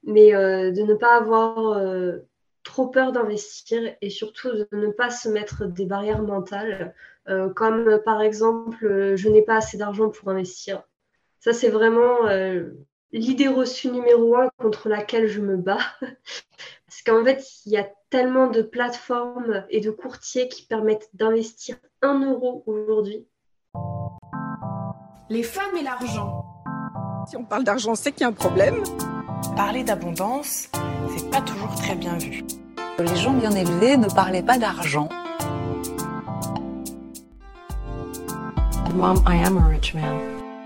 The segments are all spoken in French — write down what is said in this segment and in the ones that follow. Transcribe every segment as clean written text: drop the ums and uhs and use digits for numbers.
mais de ne pas avoir trop peur d'investir et surtout de ne pas se mettre des barrières mentales, comme par exemple, je n'ai pas assez d'argent pour investir. Ça, c'est vraiment l'idée reçue numéro un contre laquelle je me bats. Parce qu'en fait, il y a tellement de plateformes et de courtiers qui permettent d'investir 1 euro aujourd'hui. Les femmes et l'argent. Si on parle d'argent, c'est qu'il y a un problème. Parler d'abondance, c'est pas toujours très bien vu. Les gens bien élevés ne parlaient pas d'argent. Mom, I am a rich man.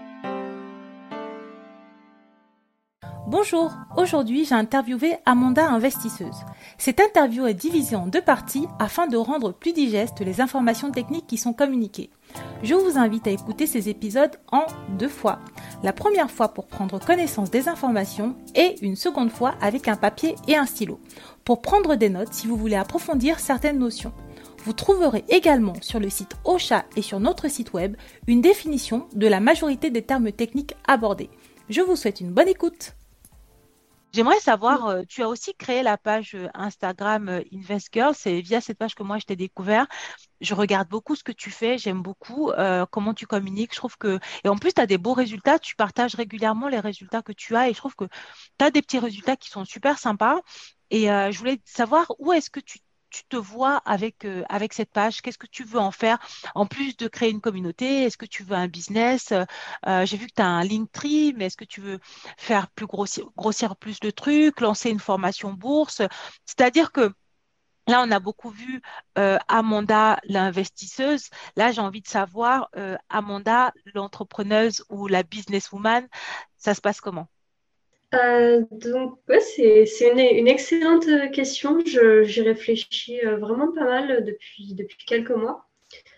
Bonjour, aujourd'hui j'ai interviewé Amanda Investisseuse. Cette interview est divisée en 2 parties afin de rendre plus digestes les informations techniques qui sont communiquées. Je vous invite à écouter ces épisodes en 2 fois. La première fois pour prendre connaissance des informations et une seconde fois avec un papier et un stylo, pour prendre des notes si vous voulez approfondir certaines notions. Vous trouverez également sur le site Ocha et sur notre site web une définition de la majorité des termes techniques abordés. Je vous souhaite une bonne écoute. J'aimerais savoir, tu as aussi créé la page Instagram Invest Girl. C'est via cette page que moi je t'ai découvert. Je regarde beaucoup ce que tu fais, j'aime beaucoup comment tu communiques. Je trouve que, et en plus, tu as des beaux résultats. Tu partages régulièrement les résultats que tu as et je trouve que tu as des petits résultats qui sont super sympas. Et je voulais savoir où est-ce que tu te vois avec cette page? Qu'est-ce que tu veux en faire? En plus de créer une communauté, est-ce que tu veux un business? J'ai vu que tu as un Linktree, mais est-ce que tu veux faire plus grossir plus de trucs, lancer une formation bourse? C'est-à-dire que là, on a beaucoup vu Amanda, l'investisseuse. Là, j'ai envie de savoir, Amanda, l'entrepreneuse ou la businesswoman, ça se passe comment? Donc, ouais, c'est une excellente question. J'y réfléchis vraiment pas mal depuis quelques mois.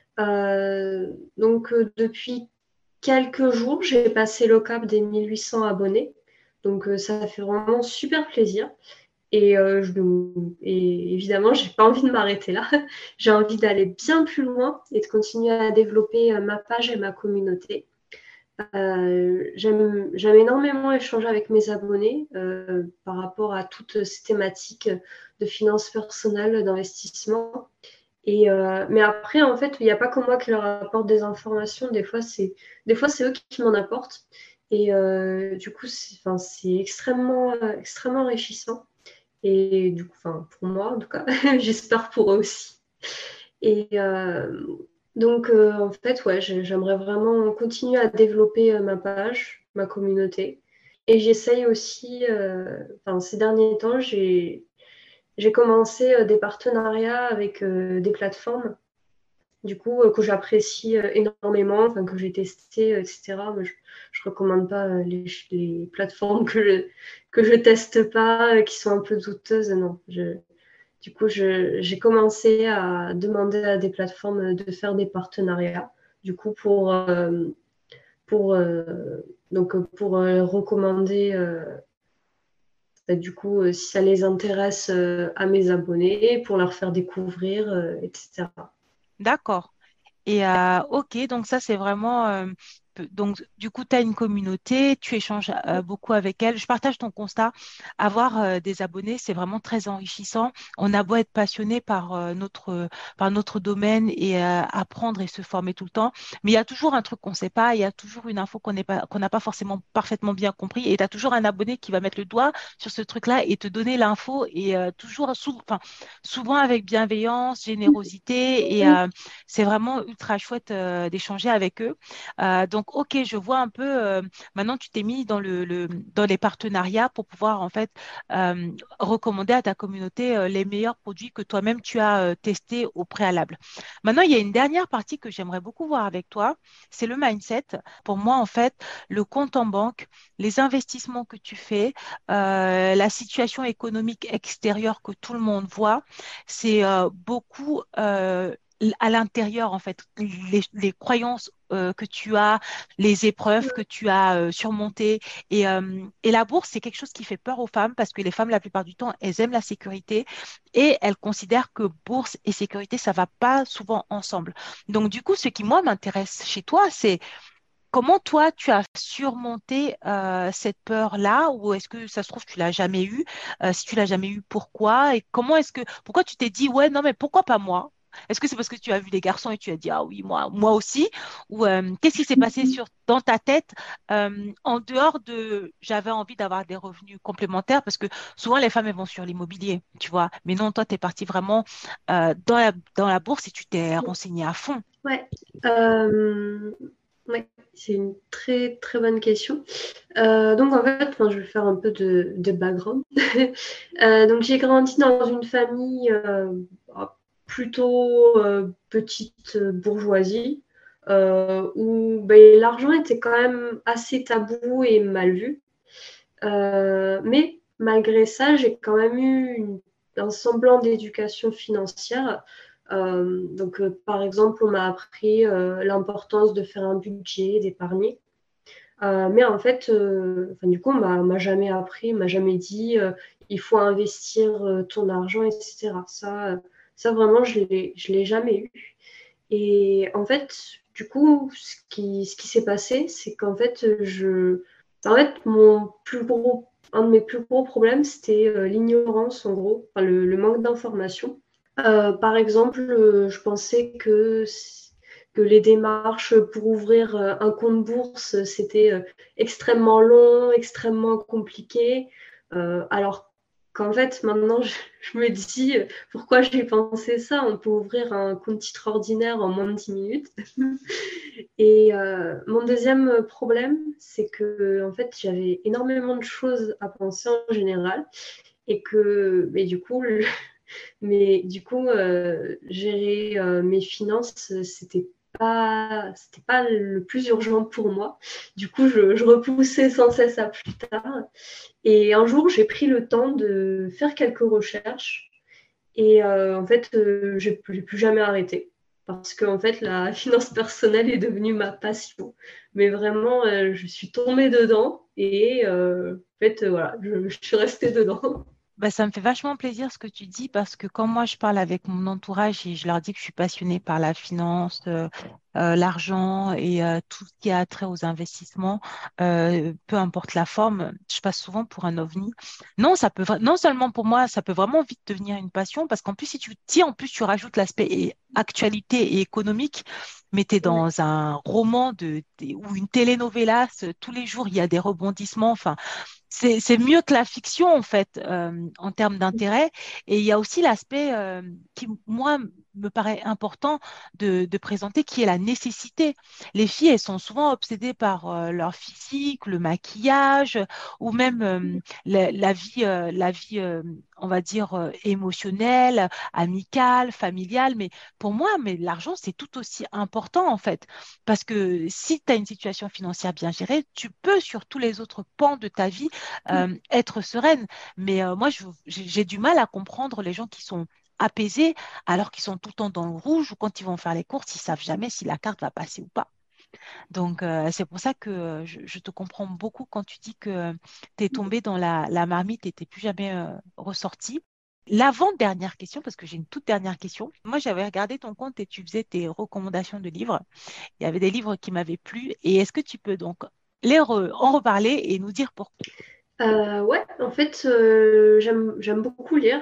Depuis quelques jours, j'ai passé le cap des 1 800 abonnés. Donc, ça fait vraiment super plaisir. Et évidemment, j'ai pas envie de m'arrêter là. J'ai envie d'aller bien plus loin et de continuer à développer ma page et ma communauté. J'aime énormément échanger avec mes abonnés par rapport à toutes ces thématiques de finances personnelles, d'investissement. Mais après, en fait, il n'y a pas que moi qui leur apporte des informations. Des fois, c'est eux qui m'en apportent. Et du coup, c'est extrêmement enrichissant. Et du coup, pour moi, en tout cas, j'espère pour eux aussi. Et en fait, ouais, j'aimerais vraiment continuer à développer ma page, ma communauté. Et j'essaye aussi, ces derniers temps, j'ai commencé des partenariats avec des plateformes, du coup, que j'apprécie énormément, que j'ai testé, etc. Mais je ne recommande pas les plateformes que je teste pas, qui sont un peu douteuses. Non, du coup, j'ai commencé à demander à des plateformes de faire des partenariats, du coup, pour, recommander, du coup, si ça les intéresse à mes abonnés, pour leur faire découvrir, etc. D'accord. Et ok, donc ça c'est vraiment donc du coup tu as une communauté, tu échanges beaucoup avec elle. Je partage ton constat. Avoir des abonnés, c'est vraiment très enrichissant. On a beau être passionné par notre domaine et apprendre et se former tout le temps, mais il y a toujours un truc qu'on ne sait pas, il y a toujours une info qu'on n'a pas forcément parfaitement bien compris et tu as toujours un abonné qui va mettre le doigt sur ce truc-là et te donner l'info et souvent avec bienveillance, générosité et c'est vraiment ultra chouette d'échanger avec eux. Donc, ok, je vois un peu. Maintenant, tu t'es mis dans les partenariats pour pouvoir en fait recommander à ta communauté les meilleurs produits que toi-même tu as testés au préalable. Maintenant, il y a une dernière partie que j'aimerais beaucoup voir avec toi, c'est le mindset. Pour moi, en fait, le compte en banque, les investissements que tu fais, la situation économique extérieure que tout le monde voit, c'est beaucoup à l'intérieur, en fait, les croyances que tu as, les épreuves que tu as surmontées. Et la bourse, c'est quelque chose qui fait peur aux femmes parce que les femmes, la plupart du temps, elles aiment la sécurité et elles considèrent que bourse et sécurité, ça va pas souvent ensemble. Donc, du coup, ce qui, moi, m'intéresse chez toi, c'est comment toi, tu as surmonté cette peur-là ou est-ce que ça se trouve, tu l'as jamais eu? Si tu l'as jamais eu, pourquoi? Et pourquoi tu t'es dit, ouais, non, mais pourquoi pas moi? Est-ce que c'est parce que tu as vu les garçons et tu as dit, ah oui, moi aussi? Ou qu'est-ce qui s'est passé dans ta tête en dehors de, j'avais envie d'avoir des revenus complémentaires parce que souvent les femmes, elles vont sur l'immobilier, tu vois. Mais non, toi, tu es partie vraiment dans la bourse et tu t'es renseignée à fond. Ouais. Euh, ouais, c'est une très très bonne question. Donc en fait, je vais faire un peu de background. Donc j'ai grandi dans une famille plutôt petite bourgeoisie, où l'argent était quand même assez tabou et mal vu. Mais malgré ça, j'ai quand même eu un semblant d'éducation financière. Par exemple, on m'a appris l'importance de faire un budget, d'épargner. Mais en fait, du coup, on m'a jamais appris, on m'a jamais dit il faut investir ton argent, etc. Ça vraiment, je l'ai jamais eu. Et en fait, du coup, ce qui s'est passé, c'est qu'en fait, un de mes plus gros problèmes, c'était l'ignorance, en gros, le manque d'information. Par exemple, je pensais que les démarches pour ouvrir un compte bourse, c'était extrêmement long, extrêmement compliqué. Alors qu'en fait, maintenant, je me dis pourquoi j'ai pensé ça. On peut ouvrir un compte titre ordinaire en moins de 10 minutes. Et mon deuxième problème, c'est que en fait, j'avais énormément de choses à penser en général et que, mais du coup, gérer mes finances, c'était pas le plus urgent pour moi. Du coup, je repoussais sans cesse à plus tard. Et un jour, j'ai pris le temps de faire quelques recherches. Et en fait, j'ai plus jamais arrêté. Parce que en fait, la finance personnelle est devenue ma passion. Mais vraiment, je suis tombée dedans et en fait, voilà, je suis restée dedans. Bah, ça me fait vachement plaisir ce que tu dis parce que quand moi je parle avec mon entourage et je leur dis que je suis passionnée par la finance, l'argent et tout ce qui a trait aux investissements, peu importe la forme, je passe souvent pour un ovni. Non, non seulement pour moi, ça peut vraiment vite devenir une passion parce qu'en plus si en plus tu rajoutes l'aspect actualité et économique, mais tu es Ouais. dans un roman ou une telenovela, tous les jours il y a des rebondissements. Enfin, c'est mieux que la fiction, en fait, en termes d'intérêt. Et il y a aussi l'aspect qui, moi, me paraît important de présenter, qui est la nécessité. Les filles, elles sont souvent obsédées par leur physique, le maquillage, ou même la vie on va dire, émotionnelle, amicale, familiale. Mais pour moi, l'argent, c'est tout aussi important, en fait. Parce que si tu as une situation financière bien gérée, tu peux, sur tous les autres pans de ta vie, être sereine. Mais moi, j'ai du mal à comprendre les gens qui sont apaisés alors qu'ils sont tout le temps dans le rouge ou quand ils vont faire les courses, ils savent jamais si la carte va passer ou pas. Donc, c'est pour ça que je te comprends beaucoup quand tu dis que tu es tombé dans la marmite et tu n'es plus jamais ressorti. L'avant-dernière question, parce que j'ai une toute dernière question. Moi, j'avais regardé ton compte et tu faisais tes recommandations de livres. Il y avait des livres qui m'avaient plu. Et est-ce que tu peux donc en reparler et nous dire pourquoi? Ouais, en fait, j'aime beaucoup lire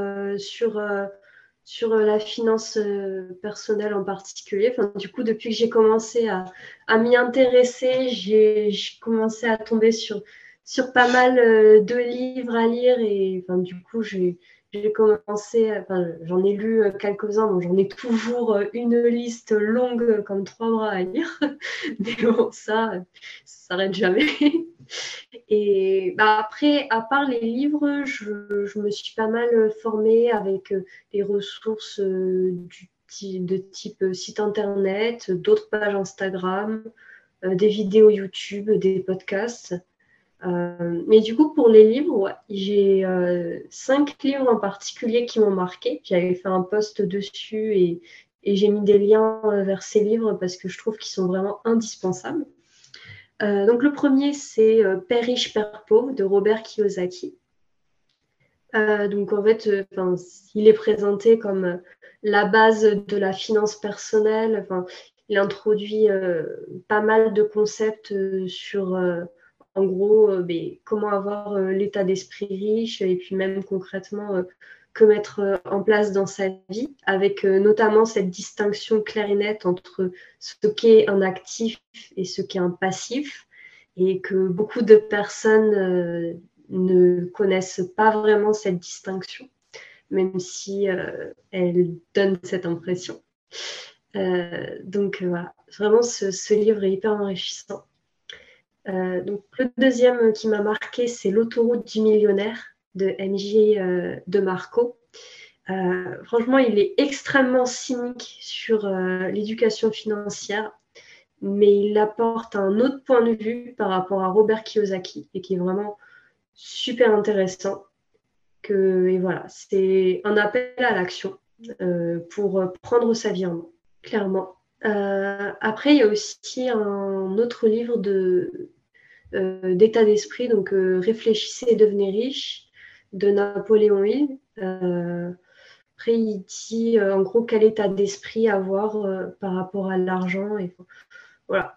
sur la finance personnelle en particulier. Enfin, du coup, depuis que j'ai commencé à m'y intéresser, j'ai commencé à tomber sur pas mal de livres à lire et enfin, du coup, j'ai commencé, j'en ai lu quelques-uns, donc j'en ai toujours une liste longue comme trois bras à lire. Mais bon, ça s'arrête jamais. Et après, à part les livres, je me suis pas mal formée avec des ressources de type site internet, d'autres pages Instagram, des vidéos YouTube, des podcasts. Mais du coup, pour les livres, ouais, j'ai 5 livres en particulier qui m'ont marqué. J'avais fait un post dessus et j'ai mis des liens vers ces livres parce que je trouve qu'ils sont vraiment indispensables. Donc le premier, c'est Père riche, Père pauvre de Robert Kiyosaki. Donc en fait, il est présenté comme la base de la finance personnelle. Enfin, il introduit pas mal de concepts sur, en gros, comment avoir l'état d'esprit riche et puis même concrètement, que mettre en place dans sa vie, avec notamment cette distinction claire et nette entre ce qu'est un actif et ce qu'est un passif, et que beaucoup de personnes ne connaissent pas vraiment cette distinction, même si elle donne cette impression. Donc voilà, vraiment ce livre est hyper enrichissant. Donc le deuxième qui m'a marqué, c'est L'autoroute du millionnaire de MJ de Marco. Franchement, il est extrêmement cynique sur l'éducation financière, mais il apporte un autre point de vue par rapport à Robert Kiyosaki et qui est vraiment super intéressant. Et voilà, c'est un appel à l'action pour prendre sa vie en main, clairement. Après, il y a aussi un autre livre d'état d'esprit, donc Réfléchissez et devenez riche, de Napoléon Hill. Après, il dit en gros quel état d'esprit avoir par rapport à l'argent. Et voilà.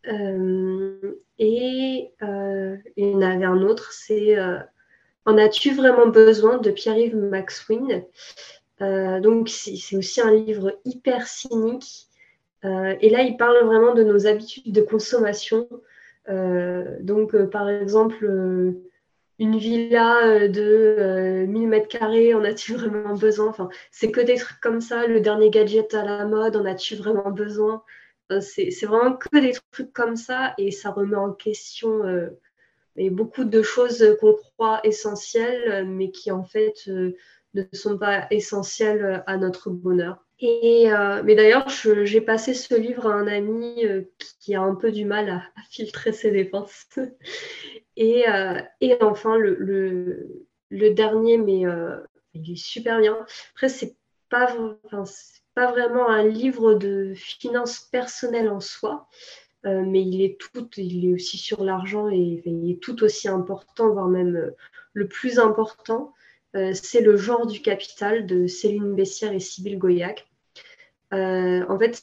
Et il y en avait un autre, c'est En as-tu vraiment besoin de Pierre-Yves Maxwin. Donc, c'est aussi un livre hyper cynique. Et là, il parle vraiment de nos habitudes de consommation. Donc, par exemple, une villa de 1000 mètres carrés, en as-tu vraiment besoin? Enfin, c'est que des trucs comme ça. Le dernier gadget à la mode, en as-tu vraiment besoin? C'est vraiment que des trucs comme ça et ça remet en question beaucoup de choses qu'on croit essentielles, mais qui en fait ne sont pas essentielles à notre bonheur. Mais d'ailleurs, j'ai passé ce livre à un ami qui a un peu du mal à filtrer ses dépenses. Et enfin, le dernier, mais il est super bien. Après, c'est pas vraiment un livre de finances personnelles en soi, mais il est aussi sur l'argent et il est tout aussi important, voire même le plus important. C'est Le genre du capital de Céline Bessière et Sybille Gauillac. En fait,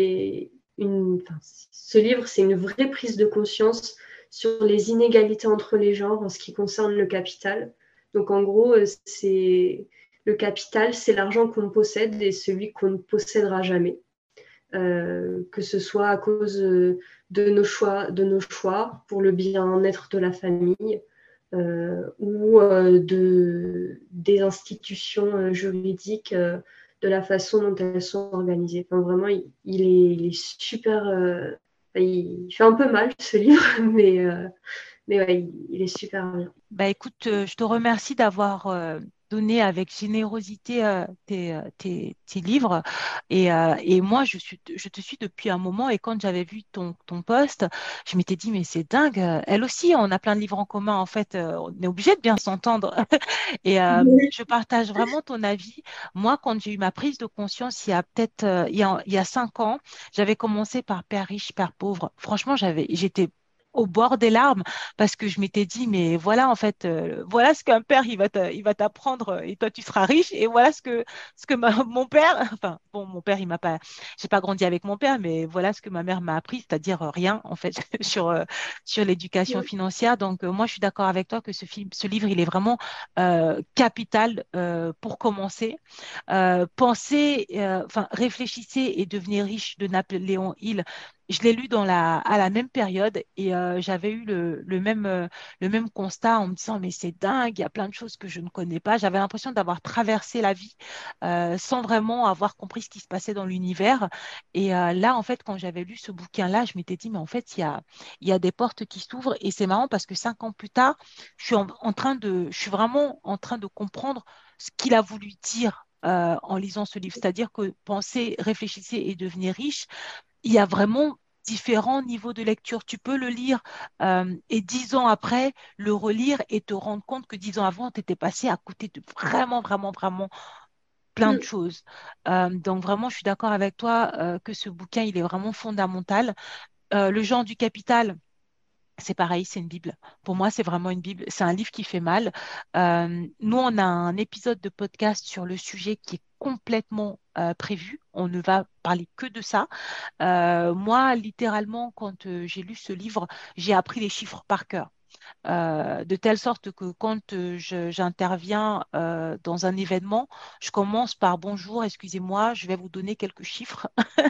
ce livre, c'est une vraie prise de conscience sur les inégalités entre les genres en ce qui concerne le capital. Donc, en gros, le capital, c'est l'argent qu'on possède et celui qu'on ne possédera jamais. Que ce soit à cause de nos choix pour le bien-être de la famille ou des institutions juridiques, de la façon dont elles sont organisées. Enfin, vraiment, il est super. Il fait un peu mal ce livre, mais ouais, il est super bien. Bah écoute, je te remercie d'avoir donné avec générosité tes livres. Et moi, je te suis depuis un moment. Et quand j'avais vu ton post, je m'étais dit, mais c'est dingue. Elle aussi, on a plein de livres en commun. En fait, on est obligé de bien s'entendre. Et je partage vraiment ton avis. Moi, quand j'ai eu ma prise de conscience, il y a peut-être il y a 5 ans, j'avais commencé par Père riche, Père pauvre. Franchement, j'étais au bord des larmes parce que je m'étais dit, mais voilà, en fait, voilà ce qu'un père, il va t'apprendre et toi, tu seras riche. Et voilà ce que mon père, enfin, bon, mon père, il m'a pas, j'ai pas grandi avec mon père, mais voilà ce que ma mère m'a appris, c'est-à-dire rien, en fait, sur l'éducation financière. Donc, moi, je suis d'accord avec toi que ce livre, il est vraiment capital pour commencer. Réfléchissez et devenez riche de Napoléon Hill. Je l'ai lu à la même période et j'avais eu le même constat en me disant, mais c'est dingue, il y a plein de choses que je ne connais pas. J'avais l'impression d'avoir traversé la vie sans vraiment avoir compris ce qui se passait dans l'univers. Et là, en fait, quand j'avais lu ce bouquin-là, je m'étais dit, mais en fait, il y a des portes qui s'ouvrent. Et c'est marrant parce que 5 ans plus tard, je suis vraiment en train de comprendre ce qu'il a voulu dire en lisant ce livre. C'est-à-dire que pensez, réfléchissez et devenez riche, il y a vraiment différents niveaux de lecture. Tu peux le lire et 10 ans après, le relire et te rendre compte que 10 ans avant, tu étais passé à côté de vraiment, vraiment, vraiment plein de choses. Donc vraiment, je suis d'accord avec toi que ce bouquin, il est vraiment fondamental. Le genre du capital. C'est pareil, c'est une Bible. Pour moi, c'est vraiment une Bible. C'est un livre qui fait mal. Nous, on a un épisode de podcast sur le sujet qui est complètement prévu. On ne va parler que de ça. Moi, littéralement, quand j'ai lu ce livre, j'ai appris les chiffres par cœur. De telle sorte que quand j'interviens dans un événement, je commence par bonjour, excusez-moi, je vais vous donner quelques chiffres.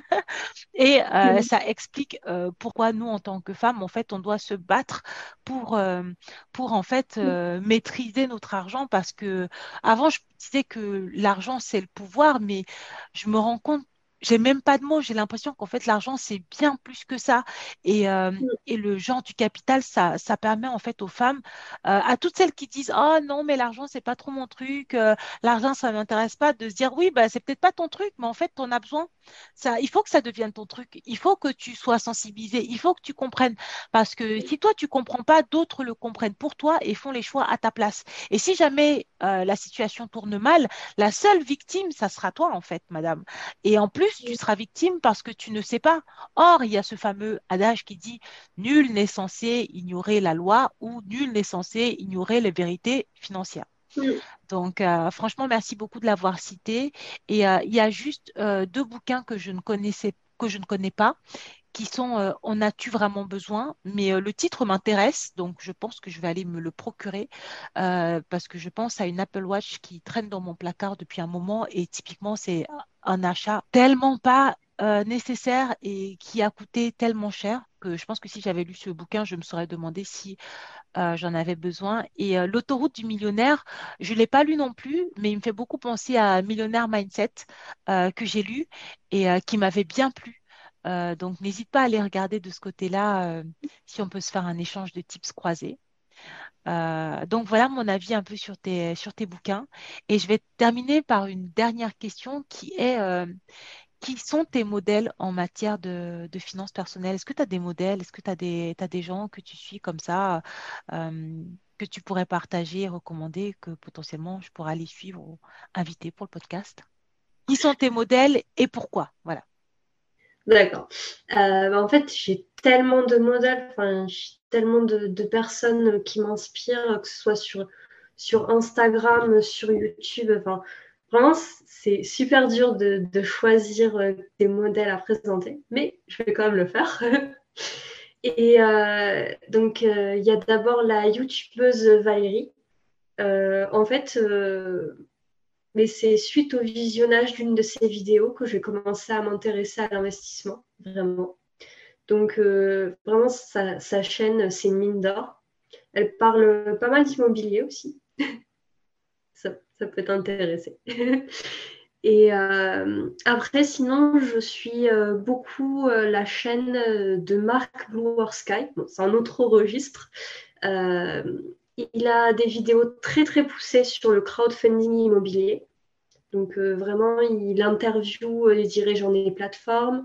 Et ça explique pourquoi nous, en tant que femmes, en fait, on doit se battre pour, euh, pour en fait, maîtriser notre argent parce que avant, je disais que l'argent, c'est le pouvoir, mais je me rends compte, j'ai même pas de mots, j'ai l'impression qu'en fait, l'argent, c'est bien plus que ça. Et le genre du capital, ça permet en fait aux femmes, à toutes celles qui disent, oh non, mais l'argent, c'est pas trop mon truc, l'argent, ça m'intéresse pas, de se dire, oui, bah, c'est peut-être pas ton truc, mais en fait, tu en as besoin. Ça, il faut que ça devienne ton truc. Il faut que tu sois sensibilisé. Il faut que tu comprennes. Parce que si toi, tu comprends pas, d'autres le comprennent pour toi et font les choix à ta place. Et si jamais la situation tourne mal, la seule victime, ça sera toi, en fait, madame. Et en plus, tu seras victime parce que tu ne sais pas. Or, il y a ce fameux adage qui dit, nul n'est censé ignorer la loi ou nul n'est censé ignorer les vérités financières. Donc, franchement, merci beaucoup de l'avoir cité. Et il y a juste deux bouquins que je ne connais pas, qui sont En as-tu vraiment besoin? Mais le titre m'intéresse, donc je pense que je vais aller me le procurer parce que je pense à une Apple Watch qui traîne dans mon placard depuis un moment et typiquement, c'est un achat tellement pas nécessaire et qui a coûté tellement cher que je pense que si j'avais lu ce bouquin, je me serais demandé si j'en avais besoin. Et L'autoroute du millionnaire, je ne l'ai pas lu non plus, mais il me fait beaucoup penser à Millionnaire Mindset que j'ai lu et qui m'avait bien plu. Donc, n'hésite pas à aller regarder de ce côté-là si on peut se faire un échange de tips croisés. Donc, voilà mon avis un peu sur tes bouquins. Et je vais terminer par une dernière question qui est qui sont tes modèles en matière de finances personnelles? Est-ce que tu as des modèles? Est-ce que tu as t'as des gens que tu suis comme ça, que tu pourrais partager, recommander, que potentiellement je pourrais aller suivre ou inviter pour le podcast? Qui sont tes modèles et pourquoi? Voilà. D'accord. En fait, j'ai tellement de modèles, enfin, j'ai tellement de personnes qui m'inspirent, que ce soit sur Instagram, sur YouTube. Enfin, vraiment, c'est super dur de choisir des modèles à présenter, mais je vais quand même le faire. Et donc, il y a d'abord la YouTubeuse Valérie. En fait, mais c'est suite au visionnage d'une de ses vidéos que j'ai commencé à m'intéresser à l'investissement, vraiment. Donc, vraiment, sa chaîne, c'est une mine d'or. Elle parle pas mal d'immobilier aussi. Ça peut t'intéresser. Et après, sinon, je suis beaucoup la chaîne de Marc Blue Sky. Bon, c'est un autre registre. Euh, il a des vidéos très, très poussées sur le crowdfunding immobilier. Donc, vraiment, il interviewe les dirigeants des plateformes.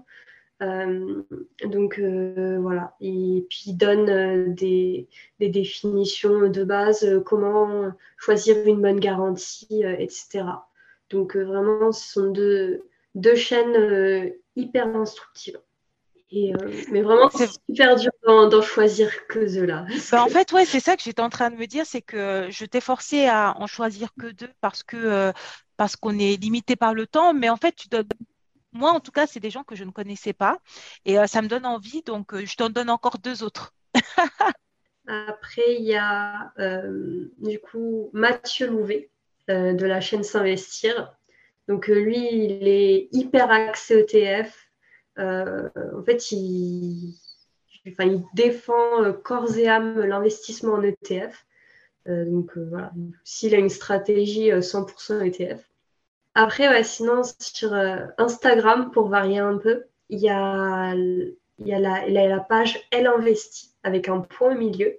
Voilà. Et puis, il donne des définitions de base, comment choisir une bonne garantie, etc. Donc, vraiment, ce sont deux chaînes hyper instructives. Mais vraiment, c'est super dur d'en choisir que deux-là. Ben, en fait, ouais, c'est ça que j'étais en train de me dire, c'est que je t'ai forcé à en choisir que deux parce qu'on est limité par le temps, mais en fait, tu donnes moi, en tout cas, c'est des gens que je ne connaissais pas et ça me donne envie, donc je t'en donne encore deux autres. Après, il y a du coup Mathieu Louvet de la chaîne S'investir. Donc lui, il est hyper axé ETF. En fait, il défend corps et âme l'investissement en ETF. Voilà, s'il a une stratégie 100% ETF. Après, ouais, sinon, sur Instagram, pour varier un peu, il y a la page Elle investit avec un point au milieu.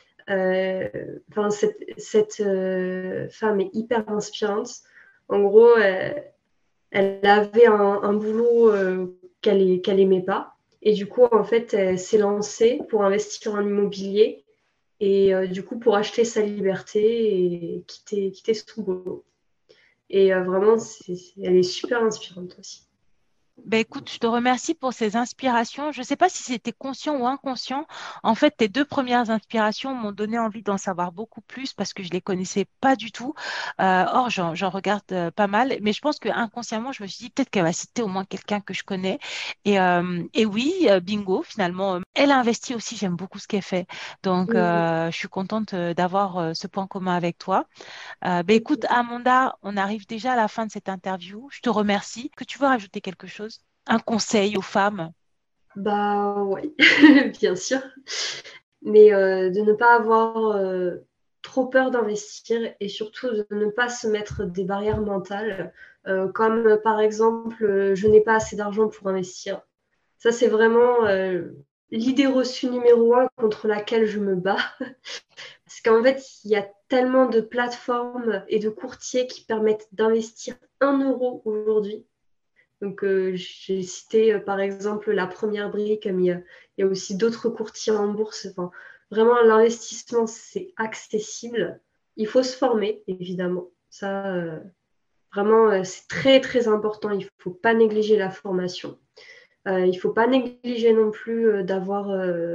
Cette femme est hyper inspirante. En gros, elle avait un boulot qu'elle aimait pas. Et du coup, en fait, elle s'est lancée pour investir en immobilier et du coup, pour acheter sa liberté et quitter son boulot. Et vraiment, elle est super inspirante aussi. Ben écoute, je te remercie pour ces inspirations. Je ne sais pas si c'était conscient ou inconscient. En fait, tes 2 premières inspirations m'ont donné envie d'en savoir beaucoup plus parce que je les connaissais pas du tout. Or, j'en regarde pas mal, mais je pense que inconsciemment, je me suis dit peut-être qu'elle va citer au moins quelqu'un que je connais. Et oui, bingo, finalement, elle a investi aussi. J'aime beaucoup ce qu'elle fait. Donc, Mhm. je suis contente d'avoir ce point commun avec toi. Ben écoute, Amanda, on arrive déjà à la fin de cette interview. Je te remercie. Que tu veux rajouter quelque chose? Un conseil aux femmes? Bah oui, bien sûr. Mais de ne pas avoir trop peur d'investir et surtout de ne pas se mettre des barrières mentales, comme par exemple, je n'ai pas assez d'argent pour investir. Ça, c'est vraiment l'idée reçue numéro 1 contre laquelle je me bats. Parce qu'en fait, il y a tellement de plateformes et de courtiers qui permettent d'investir 1 euro aujourd'hui. Donc, j'ai cité par exemple la première brique, mais il y a aussi d'autres courtiers en bourse. Enfin, vraiment, l'investissement, c'est accessible. Il faut se former, évidemment. Ça, vraiment, c'est très, très important. Il ne faut pas négliger la formation. Il ne faut pas négliger non plus d'avoir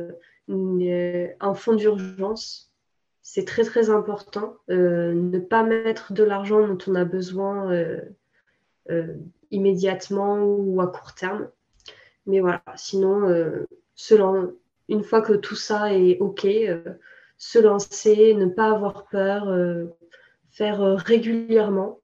un fonds d'urgence. C'est très, très important. Ne pas mettre de l'argent dont on a besoin euh, immédiatement ou à court terme. Mais voilà, sinon, une fois que tout ça est OK, se lancer, ne pas avoir peur, faire régulièrement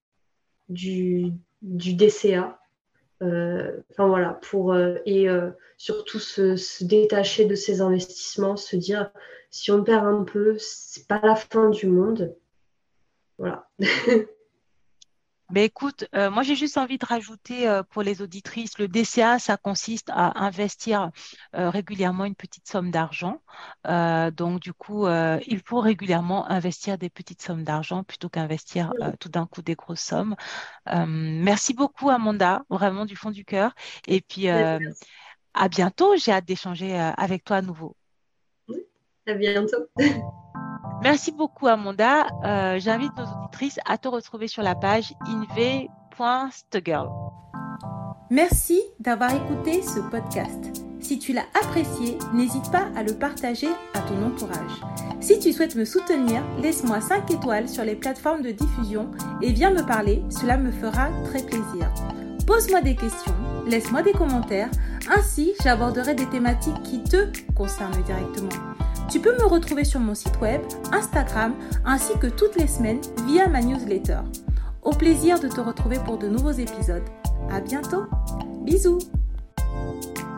du DCA. Enfin voilà, et surtout se détacher de ses investissements, se dire si on perd un peu, c'est pas la fin du monde. Voilà. Ben écoute, moi j'ai juste envie de rajouter pour les auditrices, le DCA, ça consiste à investir régulièrement une petite somme d'argent. Donc du coup, il faut régulièrement investir des petites sommes d'argent plutôt qu'investir tout d'un coup des grosses sommes. Merci beaucoup Amanda, vraiment du fond du cœur. Et puis à bientôt, j'ai hâte d'échanger avec toi à nouveau. À bientôt. Merci beaucoup, Amanda. J'invite nos auditrices à te retrouver sur la page inv.stugirl. Merci d'avoir écouté ce podcast. Si tu l'as apprécié, n'hésite pas à le partager à ton entourage. Si tu souhaites me soutenir, laisse-moi 5 étoiles sur les plateformes de diffusion et viens me parler, cela me fera très plaisir. Pose-moi des questions, laisse-moi des commentaires, ainsi j'aborderai des thématiques qui te concernent directement. Tu peux me retrouver sur mon site web, Instagram, ainsi que toutes les semaines via ma newsletter. Au plaisir de te retrouver pour de nouveaux épisodes. À bientôt. Bisous.